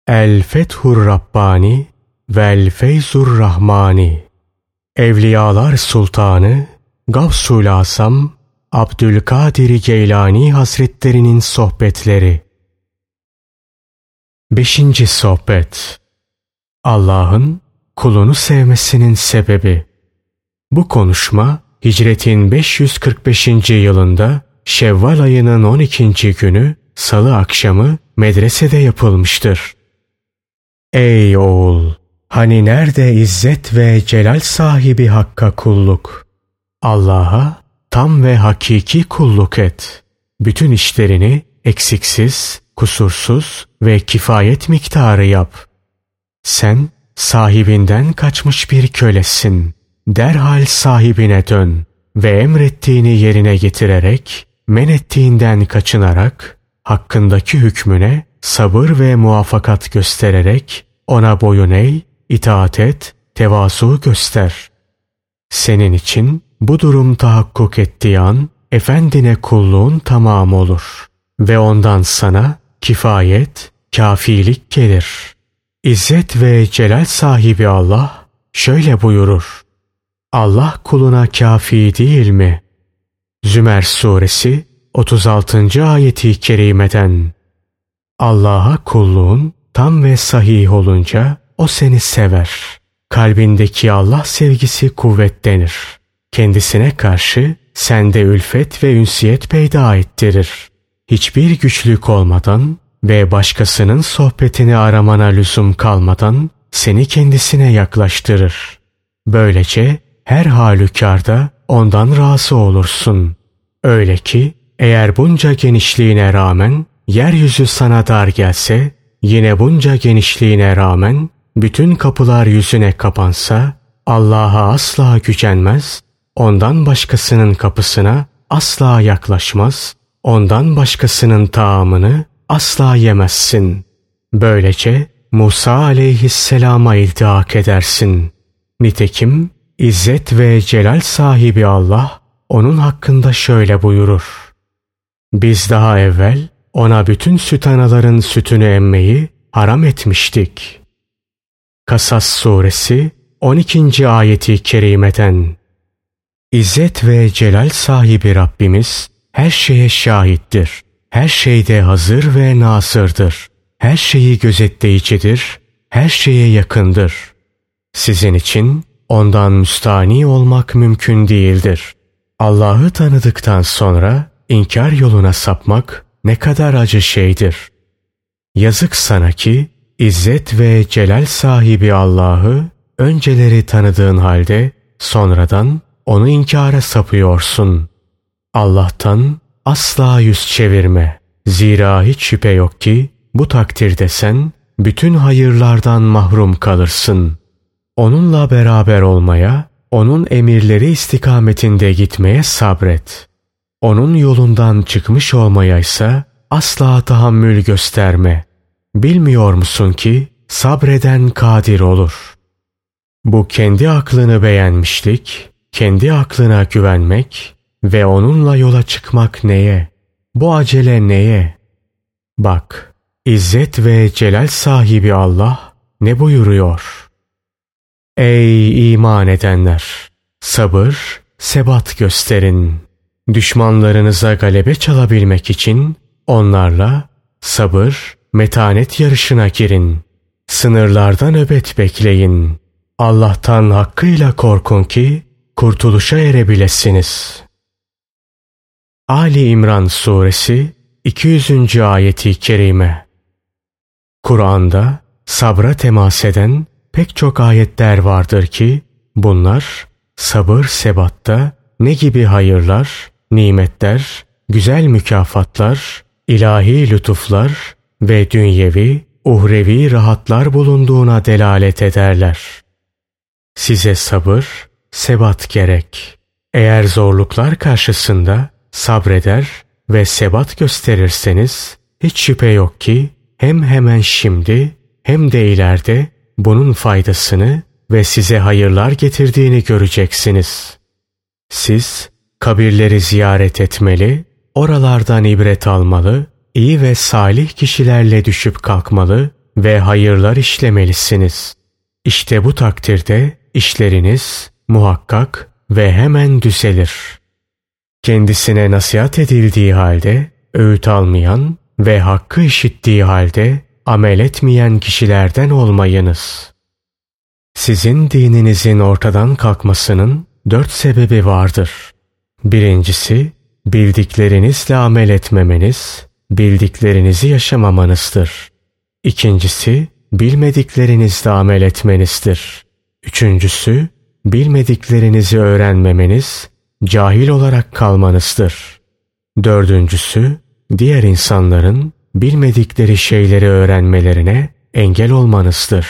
El Fethur Rabbani vel Feyzur Rahmani. Evliyalar Sultanı Gavsul Asam Abdülkadir Geylani Hazretlerinin sohbetleri. 5. sohbet. Allah'ın kulunu sevmesinin sebebi. Bu konuşma Hicretin 545. yılında Şevval ayının 12. günü Salı akşamı medresede yapılmıştır. Ey oğul! Hani nerede izzet ve celal sahibi Hakk'a kulluk? Allah'a tam ve hakiki kulluk et. Bütün işlerini eksiksiz, kusursuz ve kifayet miktarı yap. Sen sahibinden kaçmış bir kölesin. Derhal sahibine dön ve emrettiğini yerine getirerek, men ettiğinden kaçınarak, hakkındaki hükmüne sabır ve muvaffakat göstererek ona boyun eğ, itaat et, tevazu göster. Senin için bu durum tahakkuk ettiği an efendine kulluğun tamam olur ve ondan sana kifayet, kafilik gelir. İzzet ve celal sahibi Allah şöyle buyurur: Allah kuluna kafi değil mi? Zümer suresi 36. ayeti kerimeden. Allah'a kulluğun tam ve sahih olunca o seni sever. Kalbindeki Allah sevgisi kuvvetlenir. Kendisine karşı sende ülfet ve ünsiyet peyda ettirir. Hiçbir güçlük olmadan ve başkasının sohbetini aramana lüzum kalmadan seni kendisine yaklaştırır. Böylece her halükarda ondan razı olursun. Öyle ki eğer bunca genişliğine rağmen yeryüzü sana dar gelse, yine bunca genişliğine rağmen bütün kapılar yüzüne kapansa, Allah'a asla gücenmez, ondan başkasının kapısına asla yaklaşmaz, ondan başkasının taamını asla yemezsin. Böylece Musa aleyhisselama iltihak edersin. Nitekim İzzet ve celal sahibi Allah onun hakkında şöyle buyurur: Biz daha evvel ona bütün süt anaların sütünü emmeyi haram etmiştik. Kasas suresi 12. ayeti kerimeden. İzzet ve celal sahibi Rabbimiz her şeye şahittir. Her şeyde hazır ve nasırdır. Her şeyi gözetleyicidir. Her şeye yakındır. Sizin için ondan müstani olmak mümkün değildir. Allah'ı tanıdıktan sonra inkar yoluna sapmak ne kadar acı şeydir. Yazık sana ki İzzet ve celal sahibi Allah'ı önceleri tanıdığın halde sonradan onu inkara sapıyorsun. Allah'tan asla yüz çevirme. Zira hiç şüphe yok ki bu takdirde sen bütün hayırlardan mahrum kalırsın. Onunla beraber olmaya, onun emirleri istikametinde gitmeye sabret. Onun yolundan çıkmış olmaya ise asla tahammül gösterme. Bilmiyor musun ki sabreden kadir olur. Bu kendi aklını beğenmişlik, kendi aklına güvenmek ve onunla yola çıkmak neye? Bu acele neye? Bak, İzzet ve celal sahibi Allah ne buyuruyor? Ey iman edenler! Sabır, sebat gösterin. Düşmanlarınıza galebe çalabilmek için onlarla sabır, metanet yarışına girin. Sınırlarda nöbet bekleyin. Allah'tan hakkıyla korkun ki kurtuluşa erebilesiniz. Ali İmran suresi 200. ayeti kerime. Kur'an'da sabra temas eden pek çok ayetler vardır ki bunlar sabır sebatta ne gibi hayırlar, nimetler, güzel mükafatlar, ilahi lütuflar ve dünyevi, uhrevi rahatlar bulunduğuna delalet ederler. Size sabır, sebat gerek. Eğer zorluklar karşısında sabreder ve sebat gösterirseniz hiç şüphe yok ki hem hemen şimdi hem de ileride bunun faydasını ve size hayırlar getirdiğini göreceksiniz. Siz kabirleri ziyaret etmeli, oralardan ibret almalı, iyi ve salih kişilerle düşüp kalkmalı, ve hayırlar işlemelisiniz. İşte bu takdirde işleriniz muhakkak ve hemen düzelir. Kendisine nasihat edildiği halde öğüt almayan ve hakkı işittiği halde amel etmeyen kişilerden olmayınız. Sizin dininizin ortadan kalkmasının 4 sebebi vardır. Birincisi, bildiklerinizle amel etmemeniz, bildiklerinizi yaşamamanızdır. İkincisi, bilmediklerinizle amel etmenizdir. Üçüncüsü, bilmediklerinizi öğrenmemeniz, cahil olarak kalmanızdır. Dördüncüsü, diğer insanların bilmedikleri şeyleri öğrenmelerine engel olmanızdır.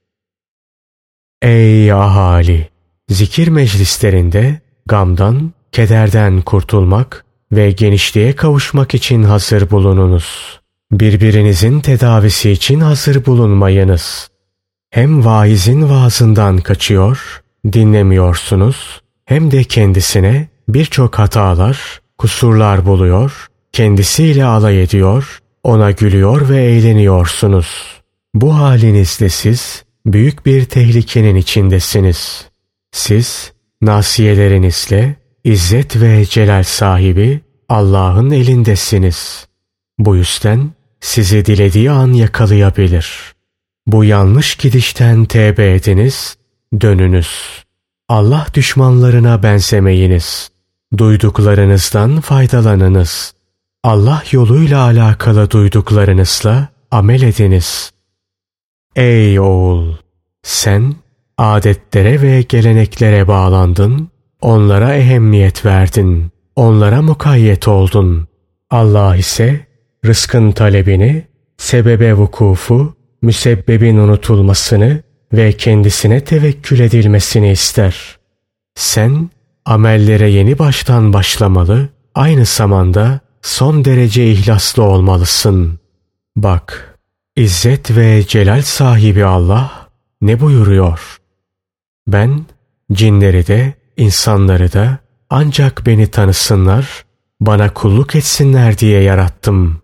Ey ahali! Zikir meclislerinde gamdan, kederden kurtulmak ve genişliğe kavuşmak için hazır bulununuz. Birbirinizin tedavisi için hazır bulunmayınız. Hem vaizin vaazından kaçıyor, dinlemiyorsunuz, hem de kendisine birçok hatalar, kusurlar buluyor, kendisiyle alay ediyor, ona gülüyor ve eğleniyorsunuz. Bu halinizde siz büyük bir tehlikenin içindesiniz. Siz nasiyelerinizle İzzet ve celal sahibi Allah'ın elindesiniz. Bu yüzden sizi dilediği an yakalayabilir. Bu yanlış gidişten tevbe ediniz, dönünüz. Allah düşmanlarına benzemeyiniz. Duyduklarınızdan faydalanınız. Allah yoluyla alakalı duyduklarınızla amel ediniz. Ey oğul! Sen adetlere ve geleneklere bağlandın, onlara ehemmiyet verdin, onlara mukayyet oldun. Allah ise rızkın talebini, sebebe vukufu, müsebbebin unutulmasını ve kendisine tevekkül edilmesini ister. Sen amellere yeni baştan başlamalı, aynı zamanda son derece ihlaslı olmalısın. Bak, İzzet ve celal sahibi Allah ne buyuruyor? Ben cinleri de insanları da ancak beni tanısınlar, bana kulluk etsinler diye yarattım.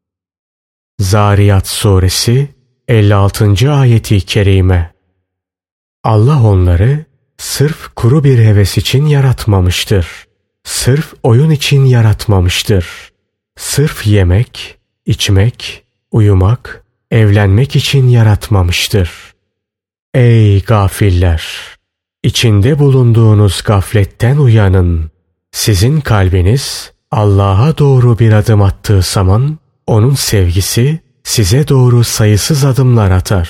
Zariyat Suresi 56. ayeti kerime. Allah onları sırf kuru bir heves için yaratmamıştır. Sırf oyun için yaratmamıştır. Sırf yemek, içmek, uyumak, evlenmek için yaratmamıştır. Ey gafiller! İçinde bulunduğunuz gafletten uyanın. Sizin kalbiniz Allah'a doğru bir adım attığı zaman onun sevgisi size doğru sayısız adımlar atar.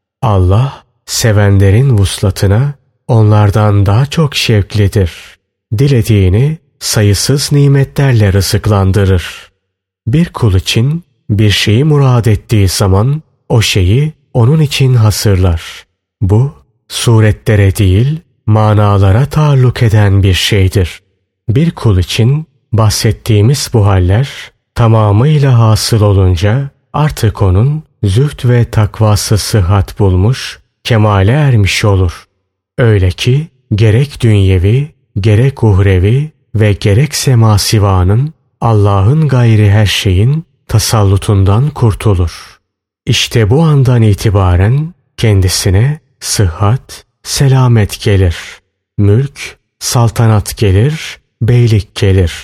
Allah sevenlerin vuslatına onlardan daha çok şevklidir. Dilediğini sayısız nimetlerle rızıklandırır. Bir kul için bir şeyi murad ettiği zaman o şeyi onun için hazırlar. Bu suretlere değil manalara taalluk eden bir şeydir. Bir kul için bahsettiğimiz bu haller tamamıyla hasıl olunca artık onun zühd ve takvası sıhhat bulmuş, kemale ermiş olur. Öyle ki gerek dünyevi, gerek uhrevi ve gerekse masivanın Allah'ın gayri her şeyin tasallutundan kurtulur. İşte bu andan itibaren kendisine sıhhat, selamet gelir. Mülk, saltanat gelir, beylik gelir.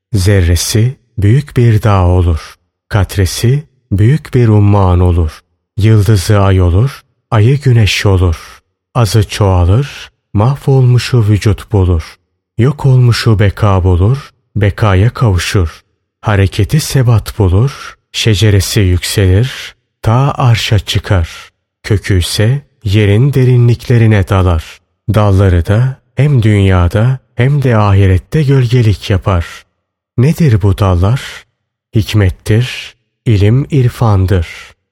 Zerresi büyük bir dağ olur. Katresi büyük bir umman olur. Yıldızı ay olur, ayı güneş olur. Azı çoğalır, mahvolmuşu vücut bulur. Yok olmuşu beka bulur, bekaya kavuşur. Hareketi sebat bulur, şeceresi yükselir, ta arşa çıkar. Kökü ise yerin derinliklerine dalar. Dalları da hem dünyada hem de ahirette gölgelik yapar. Nedir bu dallar? Hikmettir, ilim irfandır.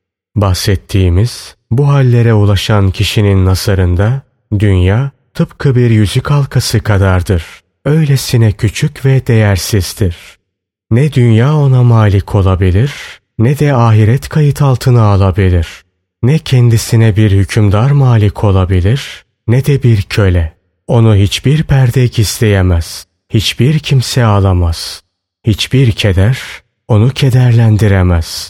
Bahsettiğimiz bu hallere ulaşan kişinin nazarında dünya tıpkı bir yüzük halkası kadardır. Öylesine küçük ve değersizdir. Ne dünya ona malik olabilir, ne de ahiret kayıt altına alabilir. Ne kendisine bir hükümdar malik olabilir, ne de bir köle. Onu hiçbir perde gizleyemez, hiçbir kimse alamaz. Hiçbir keder onu kederlendiremez.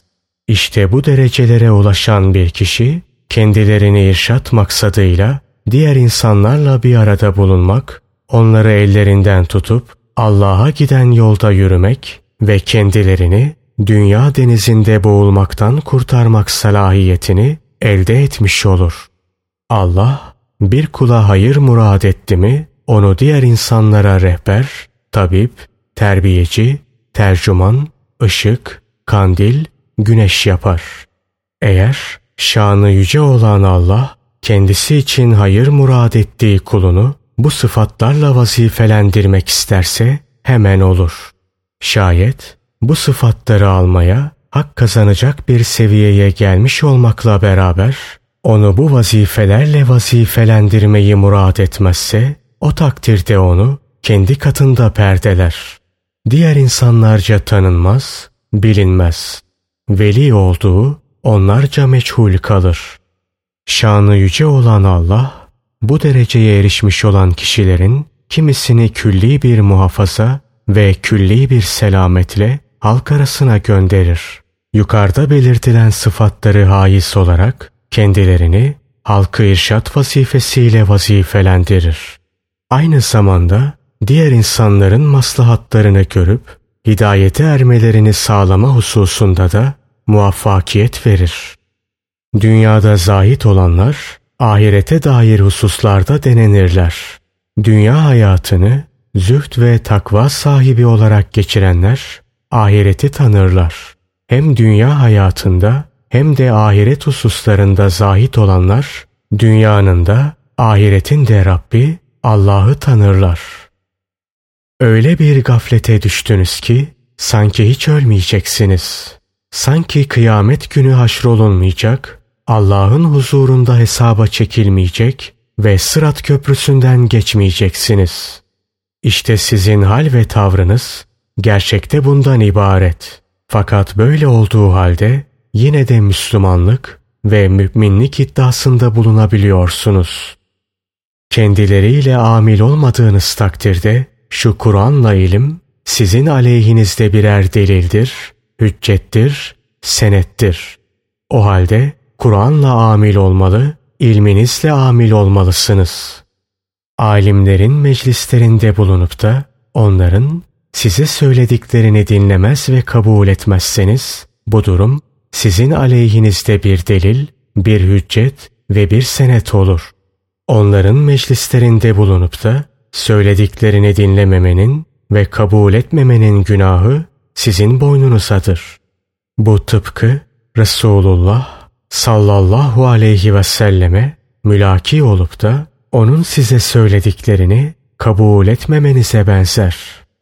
İşte bu derecelere ulaşan bir kişi kendilerini irşat maksadıyla diğer insanlarla bir arada bulunmak, onları ellerinden tutup Allah'a giden yolda yürümek ve kendilerini dünya denizinde boğulmaktan kurtarmak salahiyetini elde etmiş olur. Allah bir kula hayır murad etti mi onu diğer insanlara rehber, tabip, terbiyeci, tercüman, ışık, kandil, güneş yapar. Eğer şanı yüce olan Allah kendisi için hayır murad ettiği kulunu bu sıfatlarla vazifelendirmek isterse hemen olur. Şayet bu sıfatları almaya hak kazanacak bir seviyeye gelmiş olmakla beraber onu bu vazifelerle vazifelendirmeyi murad etmezse o takdirde onu kendi katında perdeler. Diğer insanlarca tanınmaz, bilinmez. Veli olduğu onlarca meçhul kalır. Şanı yüce olan Allah bu dereceye erişmiş olan kişilerin kimisini külli bir muhafaza ve külli bir selametle halk arasına gönderir. Yukarıda belirtilen sıfatları haiz olarak kendilerini halkı irşat vazifesiyle vazifelendirir. Aynı zamanda diğer insanların maslahatlarını görüp hidayete ermelerini sağlama hususunda da muvaffakiyet verir. Dünyada zahit olanlar ahirete dair hususlarda denenirler. Dünya hayatını zühd ve takva sahibi olarak geçirenler ahireti tanırlar. Hem dünya hayatında hem de ahiret hususlarında zahit olanlar dünyanın da ahiretin de Rabbi Allah'ı tanırlar. Öyle bir gaflete düştünüz ki sanki hiç ölmeyeceksiniz. Sanki kıyamet günü haşrolunmayacak, Allah'ın huzurunda hesaba çekilmeyecek ve Sırat Köprüsü'nden geçmeyeceksiniz. İşte sizin hal ve tavrınız gerçekte bundan ibaret. Fakat böyle olduğu halde yine de Müslümanlık ve müminlik iddiasında bulunabiliyorsunuz. Kendileriyle amil olmadığınız takdirde şu Kur'an'la ilim sizin aleyhinizde birer delildir, hüccettir, senettir. O halde Kur'an'la amil olmalı, ilminizle amil olmalısınız. Alimlerin meclislerinde bulunup da onların size söylediklerini dinlemez ve kabul etmezseniz bu durum sizin aleyhinizde bir delil, bir hüccet ve bir senet olur. Onların meclislerinde bulunup da söylediklerini dinlememenin ve kabul etmemenin günahı sizin boynunuzadır. Bu tıpkı Resulullah sallallahu aleyhi ve selleme mülaki olup da onun size söylediklerini kabul etmemenize benzer.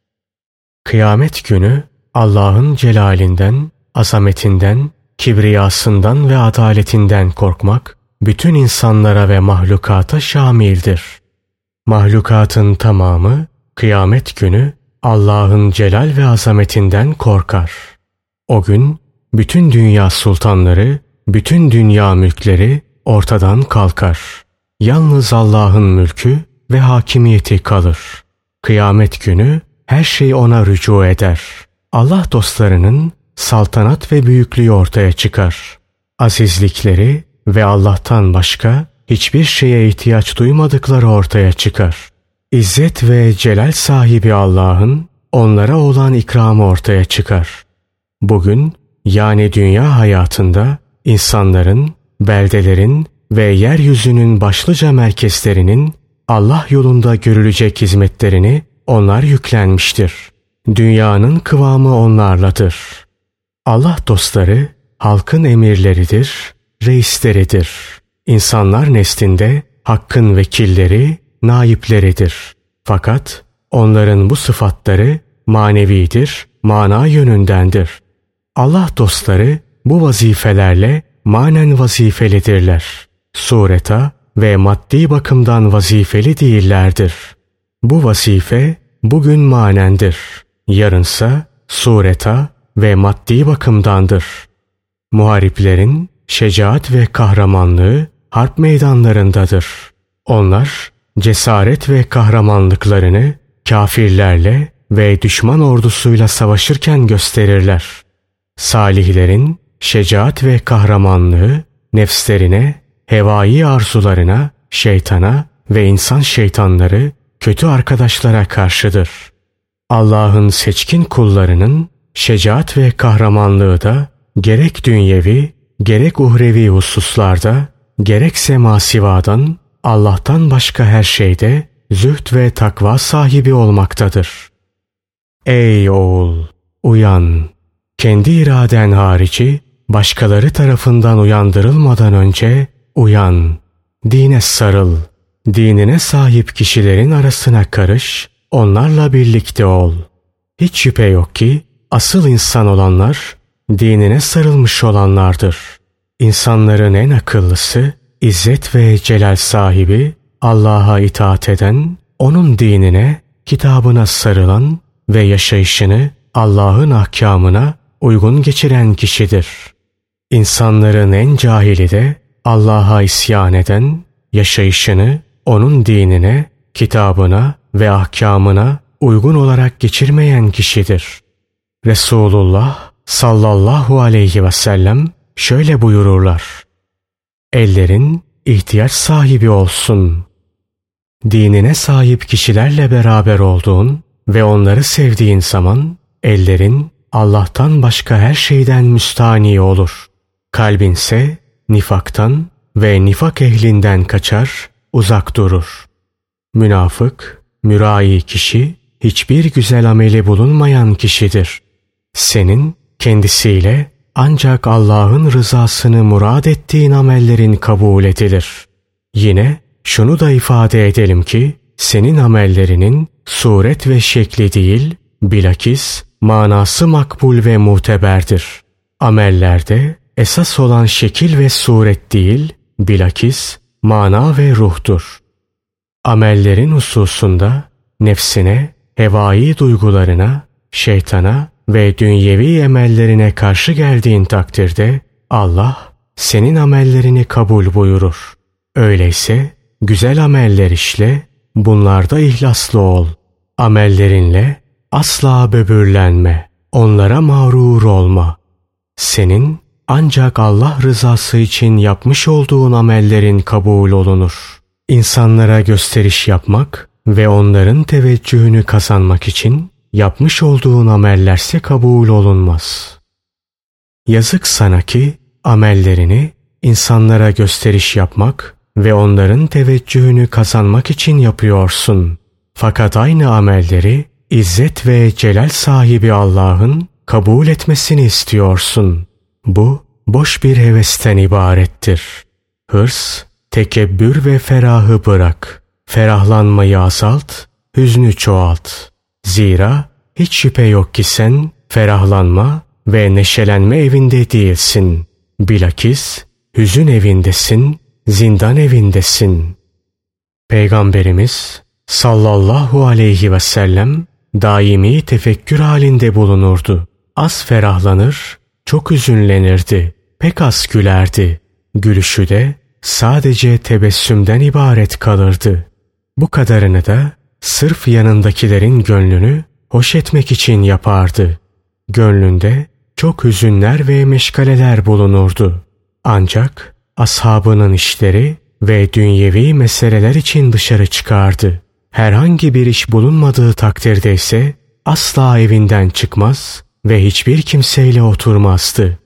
Kıyamet günü Allah'ın celalinden, azametinden, kibriyasından ve adaletinden korkmak bütün insanlara ve mahlukata şamildir. Mahlukatın tamamı kıyamet günü Allah'ın celal ve azametinden korkar. O gün bütün dünya sultanları, bütün dünya mülkleri ortadan kalkar. Yalnız Allah'ın mülkü ve hakimiyeti kalır. Kıyamet günü her şey ona rücu eder. Allah dostlarının saltanat ve büyüklüğü ortaya çıkar. Azizlikleri ve Allah'tan başka hiçbir şeye ihtiyaç duymadıkları ortaya çıkar. İzzet ve celal sahibi Allah'ın onlara olan ikramı ortaya çıkar. Bugün yani dünya hayatında insanların, beldelerin ve yeryüzünün başlıca merkezlerinin Allah yolunda görülecek hizmetlerini onlar yüklenmiştir. Dünyanın kıvamı onlarladır. Allah dostları halkın emirleridir, reisleridir. İnsanlar neslinde hakkın vekilleri, naipleridir. Fakat onların bu sıfatları manevidir, mana yönündendir. Allah dostları bu vazifelerle manen vazifelidirler. Sureta ve maddi bakımdan vazifeli değillerdir. Bu vazife bugün manendir. Yarınsa sureta ve maddi bakımdandır. Muhariplerin şecaat ve kahramanlığı harp meydanlarındadır. Onlar cesaret ve kahramanlıklarını kafirlerle ve düşman ordusuyla savaşırken gösterirler. Salihlerin şecaat ve kahramanlığı nefslerine, hevai arzularına, şeytana ve insan şeytanları, kötü arkadaşlara karşıdır. Allah'ın seçkin kullarının şecaat ve kahramanlığı da gerek dünyevi, gerek uhrevi hususlarda, gerekse masivadan, Allah'tan başka her şeyde zühd ve takva sahibi olmaktadır. Ey oğul! Uyan! Kendi iraden harici, başkaları tarafından uyandırılmadan önce uyan! Dine sarıl! Dinine sahip kişilerin arasına karış, onlarla birlikte ol. Hiç şüphe yok ki, asıl insan olanlar, dinine sarılmış olanlardır. İnsanların en akıllısı, İzzet ve celal sahibi, Allah'a itaat eden, onun dinine, kitabına sarılan ve yaşayışını Allah'ın ahkamına uygun geçiren kişidir. İnsanların en cahili de Allah'a isyan eden, yaşayışını onun dinine, kitabına ve ahkamına uygun olarak geçirmeyen kişidir. Resulullah sallallahu aleyhi ve sellem şöyle buyururlar: ellerin ihtiyaç sahibi olsun. Dinine sahip kişilerle beraber olduğun ve onları sevdiğin zaman ellerin Allah'tan başka her şeyden müstani olur. Kalbinse nifaktan ve nifak ehlinden kaçar, uzak durur. Münafık, mürai kişi hiçbir güzel ameli bulunmayan kişidir. Senin kendisiyle ancak Allah'ın rızasını murad ettiğin amellerin kabul edilir. Yine şunu da ifade edelim ki senin amellerinin suret ve şekli değil, bilakis manası makbul ve muteberdir. Amellerde esas olan şekil ve suret değil, bilakis mana ve ruhtur. Amellerin hususunda nefsine, hevai duygularına, şeytana ve dünyevi emellerine karşı geldiğin takdirde Allah senin amellerini kabul buyurur. Öyleyse güzel ameller işle, bunlarda ihlaslı ol. Amellerinle asla böbürlenme, onlara mağrur olma. Senin ancak Allah rızası için yapmış olduğun amellerin kabul olunur. İnsanlara gösteriş yapmak ve onların teveccühünü kazanmak için yapmış olduğun amellerse kabul olunmaz. Yazık sana ki amellerini insanlara gösteriş yapmak ve onların teveccühünü kazanmak için yapıyorsun. Fakat aynı amelleri İzzet ve celal sahibi Allah'ın kabul etmesini istiyorsun. Bu boş bir hevesten ibarettir. Hırs, tekebbür ve ferahı bırak. Ferahlanmayı azalt, hüznü çoğalt. Zira hiç şüphe yok ki sen ferahlanma ve neşelenme evinde değilsin. Bilakis hüzün evindesin, zindan evindesin. Peygamberimiz sallallahu aleyhi ve sellem daimi tefekkür halinde bulunurdu. Az ferahlanır, çok hüzünlenirdi, pek az gülerdi. Gülüşü de sadece tebessümden ibaret kalırdı. Bu kadarını da sırf yanındakilerin gönlünü hoş etmek için yapardı. Gönlünde çok hüzünler ve meşgaleler bulunurdu. Ancak ashabının işleri ve dünyevi meseleler için dışarı çıkardı. Herhangi bir iş bulunmadığı takdirde ise asla evinden çıkmaz ve hiçbir kimseyle oturmazdı.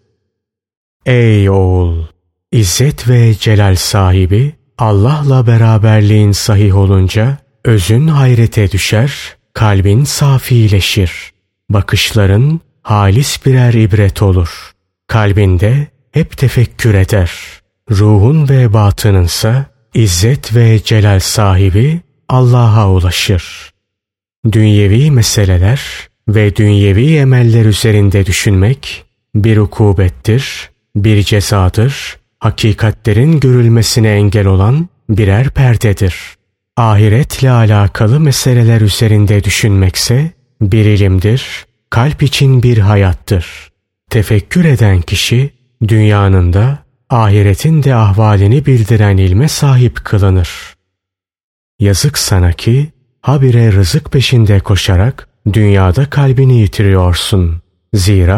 Ey oğul! İzzet ve celal sahibi Allah'la beraberliğin sahih olunca özün hayrete düşer, kalbin safileşir. Bakışların halis birer ibret olur. Kalbinde hep tefekkür eder. Ruhun ve batınınsa İzzet ve celal sahibi Allah'a ulaşır. Dünyevi meseleler ve dünyevi emeller üzerinde düşünmek bir ukubettir, bir cezadır, hakikatlerin görülmesine engel olan birer perdedir. Ahiretle alakalı meseleler üzerinde düşünmekse bir ilimdir, kalp için bir hayattır. Tefekkür eden kişi dünyanın da ahiretin de ahvalini bildiren ilme sahip kılınır. Yazık sana ki habire rızık peşinde koşarak dünyada kalbini yitiriyorsun. Zira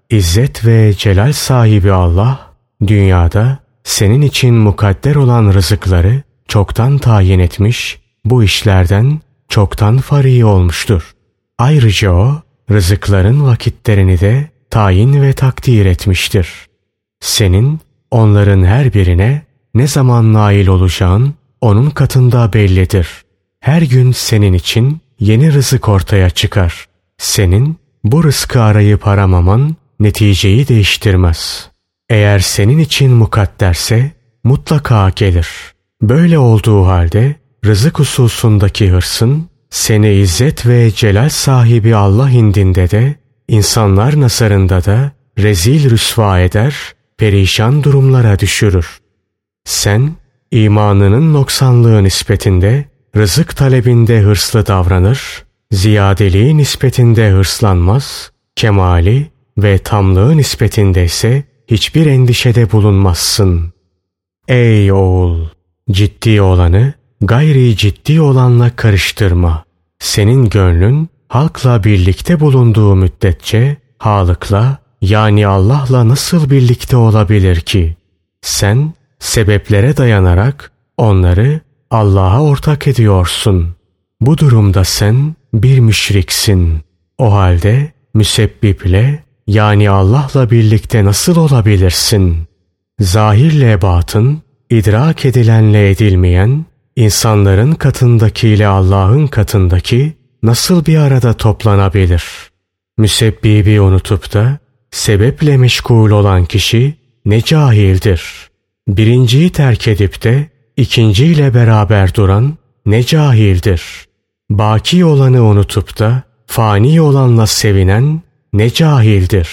İzzet ve celal sahibi Allah, dünyada senin için mukadder olan rızıkları çoktan tayin etmiş, bu işlerden çoktan fari olmuştur. Ayrıca o, rızıkların vakitlerini de tayin ve takdir etmiştir. Senin onların her birine ne zaman nail olacağın onun katında bellidir. Her gün senin için yeni rızık ortaya çıkar. Senin bu rızkı arayıp aramaman neticeyi değiştirmez. Eğer senin için mukadderse mutlaka gelir. Böyle olduğu halde rızık hususundaki hırsın seni izzet ve celal sahibi Allah indinde de insanlar nazarında da rezil rüsva eder, perişan durumlara düşürür. Sen imanının noksanlığı nispetinde rızık talebinde hırslı davranır, ziyadeliği nispetinde hırslanmaz, kemali ve tamlığı nispetinde ise hiçbir endişede bulunmazsın. Ey oğul! Ciddi olanı gayri ciddi olanla karıştırma. Senin gönlün halkla birlikte bulunduğu müddetçe Halık'la yani Allah'la nasıl birlikte olabilir ki? Sen sebeplere dayanarak onları Allah'a ortak ediyorsun. Bu durumda sen bir müşriksin. O halde müsebbiple yani Allah'la birlikte nasıl olabilirsin? Zahirle batın, idrak edilenle edilmeyen, insanların katındakiyle Allah'ın katındaki nasıl bir arada toplanabilir? Müsebbibi unutup da sebeple meşgul olan kişi ne cahildir. Birinciyi terk edip de ikinciyle beraber duran ne cahildir. Baki olanı unutup da fani olanla sevinen ne cahildir.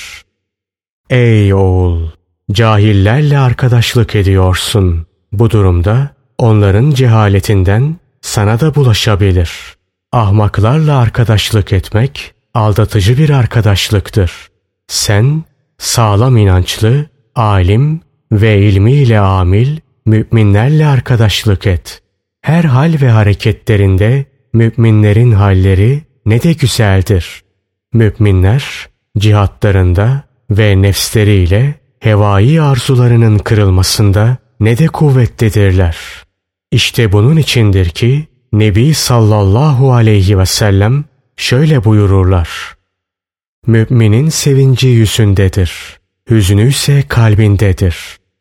Ey oğul! Cahillerle arkadaşlık ediyorsun. Bu durumda onların cehaletinden sana da bulaşabilir. Ahmaklarla arkadaşlık etmek aldatıcı bir arkadaşlıktır. Sen sağlam inançlı, alim ve ilmiyle amil müminlerle arkadaşlık et. Her hal ve hareketlerinde müminlerin halleri ne de güzeldir. Müminler cihatlarında ve nefsleriyle hevai arzularının kırılmasında ne de kuvvetlidirler. İşte bunun içindir ki Nebi sallallahu aleyhi ve sellem şöyle buyururlar. Müminin sevinci yüzündedir, hüznü ise kalbindedir.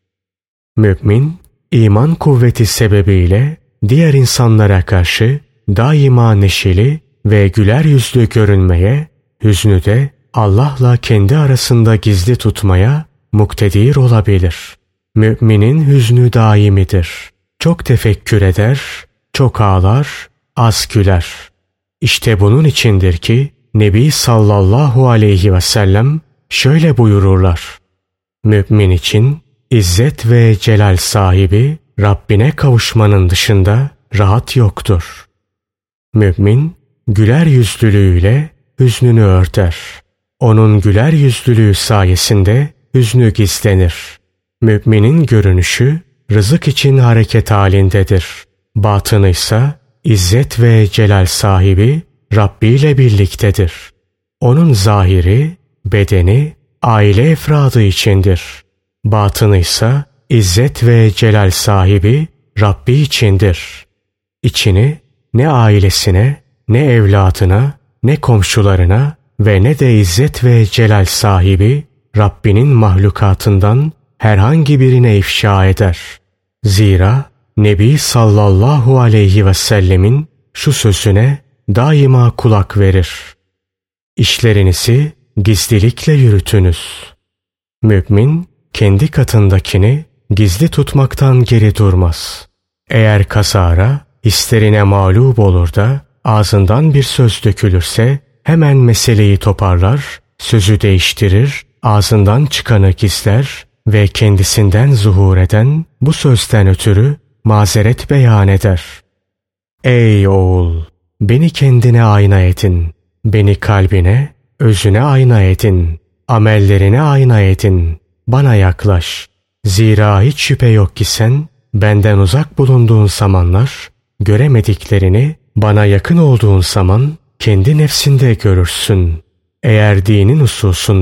Mümin, iman kuvveti sebebiyle diğer insanlara karşı daima neşeli ve güler yüzlü görünmeye, hüznü de Allah'la kendi arasında gizli tutmaya muktedir olabilir. Müminin hüznü daimidir. Çok tefekkür eder, çok ağlar, az güler. İşte bunun içindir ki Nebi sallallahu aleyhi ve sellem şöyle buyururlar. Mümin için İzzet ve celal sahibi Rabbine kavuşmanın dışında rahat yoktur. Mümin güler yüzlülüğüyle hüznünü örter. Onun güler yüzlülüğü sayesinde hüznü gizlenir. Müminin görünüşü rızık için hareket halindedir. Batını ise İzzet ve celal sahibi Rabbi ile birliktedir. Onun zahiri, bedeni, aile efradı içindir. Batını ise İzzet ve celal sahibi Rabbi içindir. İçini ne ailesine, ne evlatına, ne komşularına ve ne de İzzet ve celal sahibi Rabbinin mahlukatından herhangi birine ifşa eder. Zira Nebi sallallahu aleyhi ve sellemin şu sözüne daima kulak verir. İşlerinizi gizlilikle yürütünüz. Mümin kendi katındakini gizli tutmaktan geri durmaz. Eğer kazara hislerine mağlup olur da ağzından bir söz dökülürse hemen meseleyi toparlar, sözü değiştirir, ağzından çıkanı gizler ve kendisinden zuhur eden bu sözden ötürü mazeret beyan eder. Ey oğul! Beni kendine ayna edin. Beni kalbine, özüne ayna edin. Amellerine ayna edin. Bana yaklaş. Zira hiç şüphe yok ki sen benden uzak bulunduğun zamanlar göremediklerini bana yakın olduğun zaman kendi nefsinde görürsün. Eğer dinin hususunda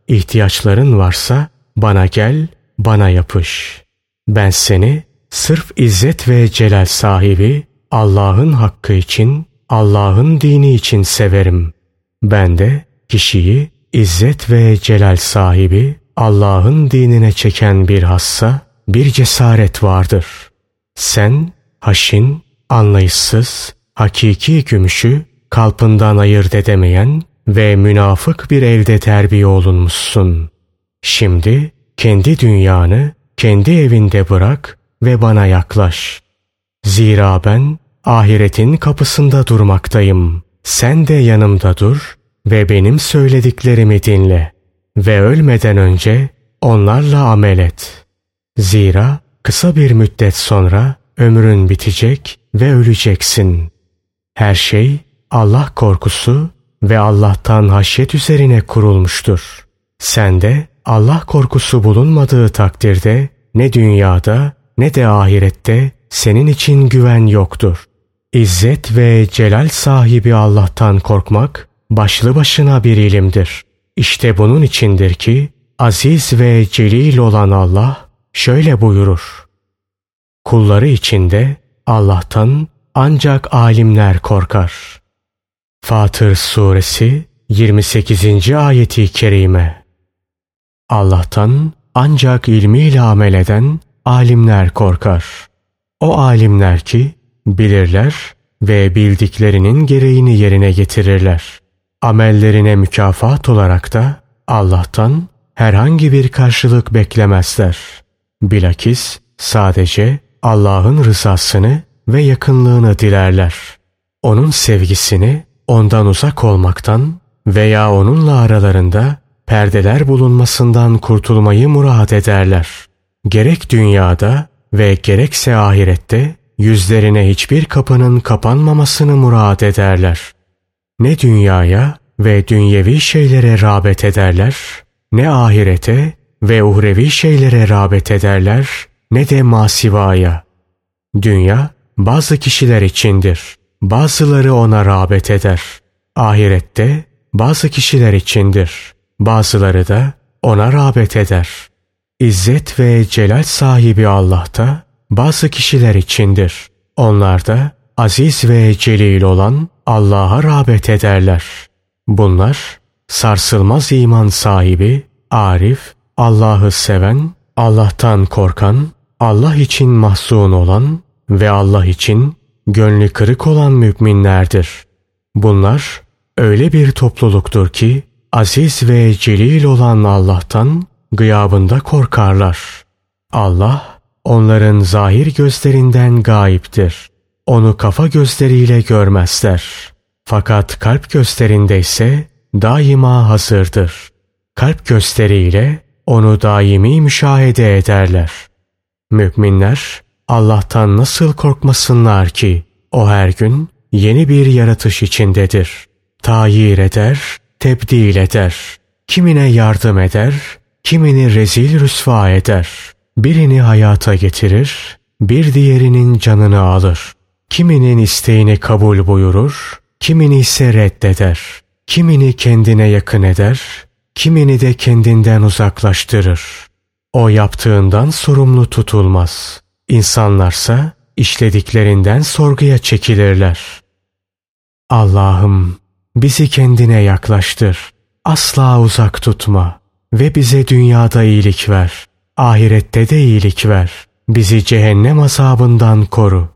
ihtiyaçların varsa bana gel, bana yapış. Ben seni sırf izzet ve celal sahibi Allah'ın hakkı için, Allah'ın dini için severim. Ben de kişiyi izzet ve celal sahibi Allah'ın dinine çeken bir hassa, bir cesaret vardır. Sen haşin, anlayışsız, hakiki gümüşü kalpından ayırt edemeyen ve münafık bir evde terbiye olunmuşsun. Şimdi kendi dünyanı kendi evinde bırak ve bana yaklaş. Zira ben ahiretin kapısında durmaktayım. Sen de yanımda dur ve benim söylediklerimi dinle ve ölmeden önce onlarla amel et. Zira kısa bir müddet sonra ömrün bitecek ve öleceksin. Her şey Allah korkusu ve Allah'tan haşyet üzerine kurulmuştur. Sende Allah korkusu bulunmadığı takdirde ne dünyada ne de ahirette senin için güven yoktur. İzzet ve celal sahibi Allah'tan korkmak başlı başına bir ilimdir. İşte bunun içindir ki aziz ve celil olan Allah şöyle buyurur: kulları içinde Allah'tan ancak alimler korkar. Fatır Suresi 28. ayeti kerime. Allah'tan ancak ilmiyle amel eden alimler korkar. O alimler ki bilirler ve bildiklerinin gereğini yerine getirirler. Amellerine mükafat olarak da Allah'tan herhangi bir karşılık beklemezler. Bilakis sadece Allah'ın rızasını ve yakınlığını dilerler. Onun sevgisini ondan uzak olmaktan veya onunla aralarında perdeler bulunmasından kurtulmayı murad ederler. Gerek dünyada ve gerekse ahirette yüzlerine hiçbir kapının kapanmamasını murad ederler. Ne dünyaya ve dünyevi şeylere rağbet ederler, ne ahirete ve uhrevi şeylere rağbet ederler, ne de masivaya. Dünya bazı kişiler içindir. Bazıları ona rağbet eder. Ahirette bazı kişiler içindir. Bazıları da ona rağbet eder. İzzet ve celal sahibi Allah'ta bazı kişiler içindir. Onlar da aziz ve celil olan Allah'a rağbet ederler. Bunlar sarsılmaz iman sahibi, arif, Allah'ı seven, Allah'tan korkan, Allah için mahzun olan ve Allah için gönlü kırık olan müminlerdir. Bunlar öyle bir topluluktur ki aziz ve celil olan Allah'tan gıyabında korkarlar. Allah onların zahir gözlerinden gayiptir. Onu kafa gözleriyle görmezler. Fakat kalp gözlerinde ise daima hazırdır. Kalp gözleriyle onu daimi müşahede ederler. Müminler Allah'tan nasıl korkmasınlar ki o her gün yeni bir yaratış içindedir. Tayir eder, tebdil eder. Kimine yardım eder, kimini rezil rüsva eder. Birini hayata getirir, bir diğerinin canını alır. Kiminin isteğini kabul buyurur, kimini ise reddeder. Kimini kendine yakın eder, kimini de kendinden uzaklaştırır. O yaptığından sorumlu tutulmaz. İnsanlarsa işlediklerinden sorguya çekilirler. Allah'ım bizi kendine yaklaştır. Asla uzak tutma ve bize dünyada iyilik ver. Ahirette de iyilik ver. Bizi cehennem azabından koru.